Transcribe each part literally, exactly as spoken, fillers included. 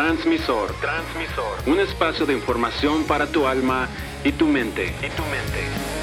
Transmisor. Transmisor. Un espacio de información para tu alma y tu mente. Y tu mente.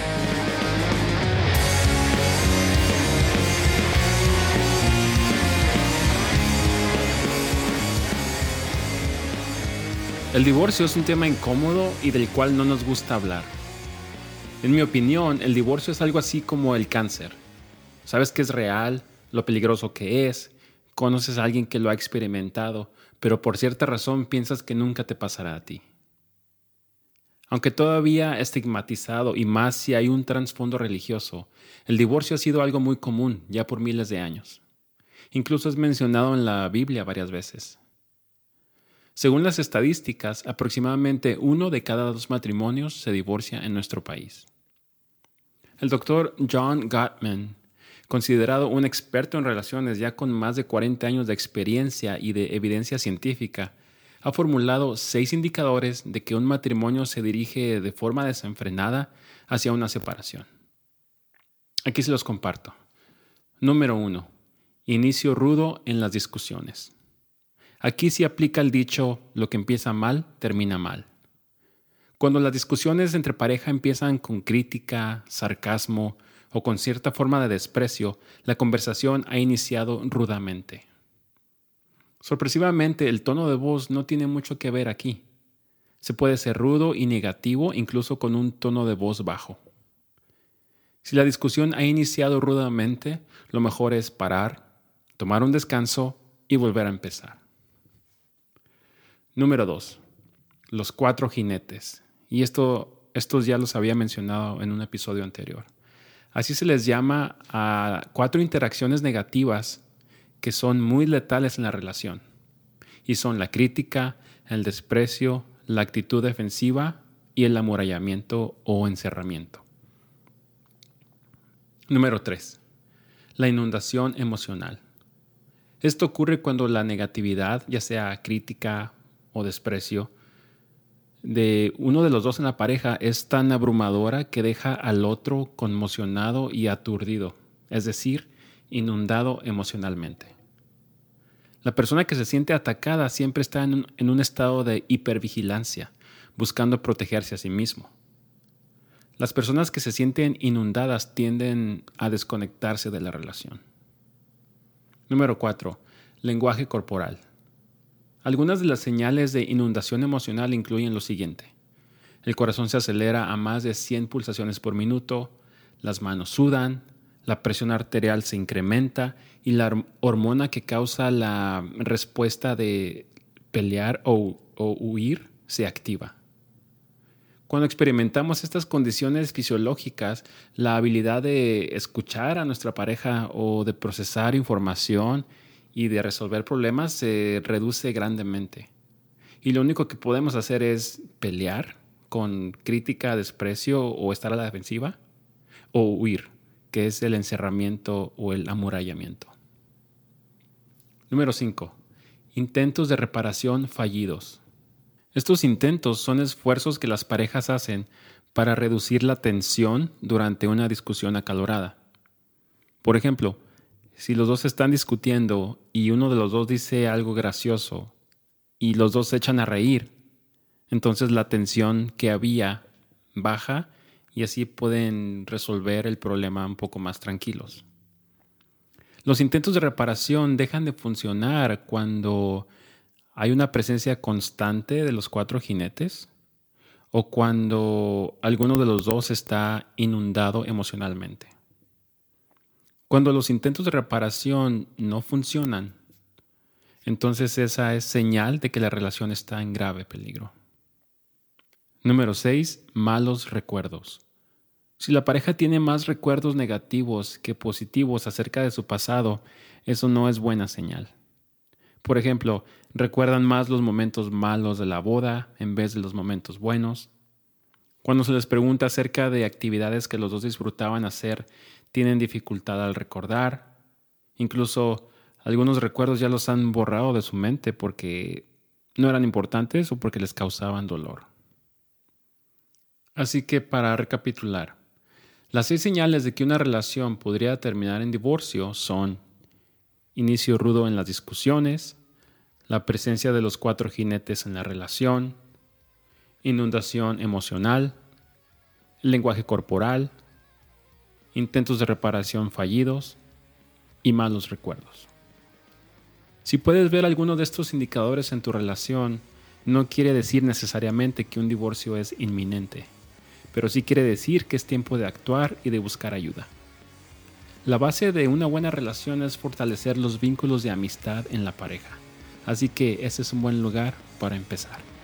El divorcio es un tema incómodo y del cual no nos gusta hablar. En mi opinión, el divorcio es algo así como el cáncer. Sabes que es real, lo peligroso que es, conoces a alguien que lo ha experimentado, pero por cierta razón piensas que nunca te pasará a ti. Aunque todavía estigmatizado y más si hay un trasfondo religioso, el divorcio ha sido algo muy común ya por miles de años. Incluso es mencionado en la Biblia varias veces. Según las estadísticas, aproximadamente uno de cada dos matrimonios se divorcia en nuestro país. El doctor John Gottman, considerado un experto en relaciones ya con más de cuarenta años de experiencia y de evidencia científica, ha formulado seis indicadores de que un matrimonio se dirige de forma desenfrenada hacia una separación. Aquí se los comparto. Número uno. Inicio rudo en las discusiones. Aquí sí aplica el dicho, lo que empieza mal, termina mal. Cuando las discusiones entre pareja empiezan con crítica, sarcasmo o con cierta forma de desprecio, la conversación ha iniciado rudamente. Sorpresivamente, el tono de voz no tiene mucho que ver aquí. Se puede ser rudo y negativo incluso con un tono de voz bajo. Si la discusión ha iniciado rudamente, lo mejor es parar, tomar un descanso y volver a empezar. Número dos. Los cuatro jinetes. Y esto, estos ya los había mencionado en un episodio anterior. Así se les llama a cuatro interacciones negativas que son muy letales en la relación. Y son la crítica, el desprecio, la actitud defensiva y el amurallamiento o encerramiento. Número tres. La inundación emocional. Esto ocurre cuando la negatividad, ya sea crítica o desprecio, de uno de los dos en la pareja es tan abrumadora que deja al otro conmocionado y aturdido, es decir, inundado emocionalmente. La persona que se siente atacada siempre está en un, en un estado de hipervigilancia, buscando protegerse a sí mismo. Las personas que se sienten inundadas tienden a desconectarse de la relación. Número cuatro. Lenguaje corporal. Algunas de las señales de inundación emocional incluyen lo siguiente. El corazón se acelera a más de cien pulsaciones por minuto, las manos sudan, la presión arterial se incrementa y la hormona que causa la respuesta de pelear o, o huir se activa. Cuando experimentamos estas condiciones fisiológicas, la habilidad de escuchar a nuestra pareja o de procesar información y de resolver problemas se reduce grandemente. Y lo único que podemos hacer es pelear con crítica, desprecio o estar a la defensiva, o huir, que es el encerramiento o el amurallamiento. Número cinco. Intentos de reparación fallidos. Estos intentos son esfuerzos que las parejas hacen para reducir la tensión durante una discusión acalorada. Por ejemplo, si los dos están discutiendo y uno de los dos dice algo gracioso y los dos se echan a reír, entonces la tensión que había baja y así pueden resolver el problema un poco más tranquilos. Los intentos de reparación dejan de funcionar cuando hay una presencia constante de los cuatro jinetes o cuando alguno de los dos está inundado emocionalmente. Cuando los intentos de reparación no funcionan, entonces esa es señal de que la relación está en grave peligro. Número seis. Malos recuerdos. Si la pareja tiene más recuerdos negativos que positivos acerca de su pasado, eso no es buena señal. Por ejemplo, recuerdan más los momentos malos de la boda en vez de los momentos buenos. Cuando se les pregunta acerca de actividades que los dos disfrutaban hacer, tienen dificultad al recordar. Incluso algunos recuerdos ya los han borrado de su mente porque no eran importantes o porque les causaban dolor. Así que para recapitular, las seis señales de que una relación podría terminar en divorcio son inicio rudo en las discusiones, la presencia de los cuatro jinetes en la relación, inundación emocional, lenguaje corporal, intentos de reparación fallidos y malos recuerdos. Si puedes ver alguno de estos indicadores en tu relación, no quiere decir necesariamente que un divorcio es inminente, pero sí quiere decir que es tiempo de actuar y de buscar ayuda. La base de una buena relación es fortalecer los vínculos de amistad en la pareja, así que ese es un buen lugar para empezar.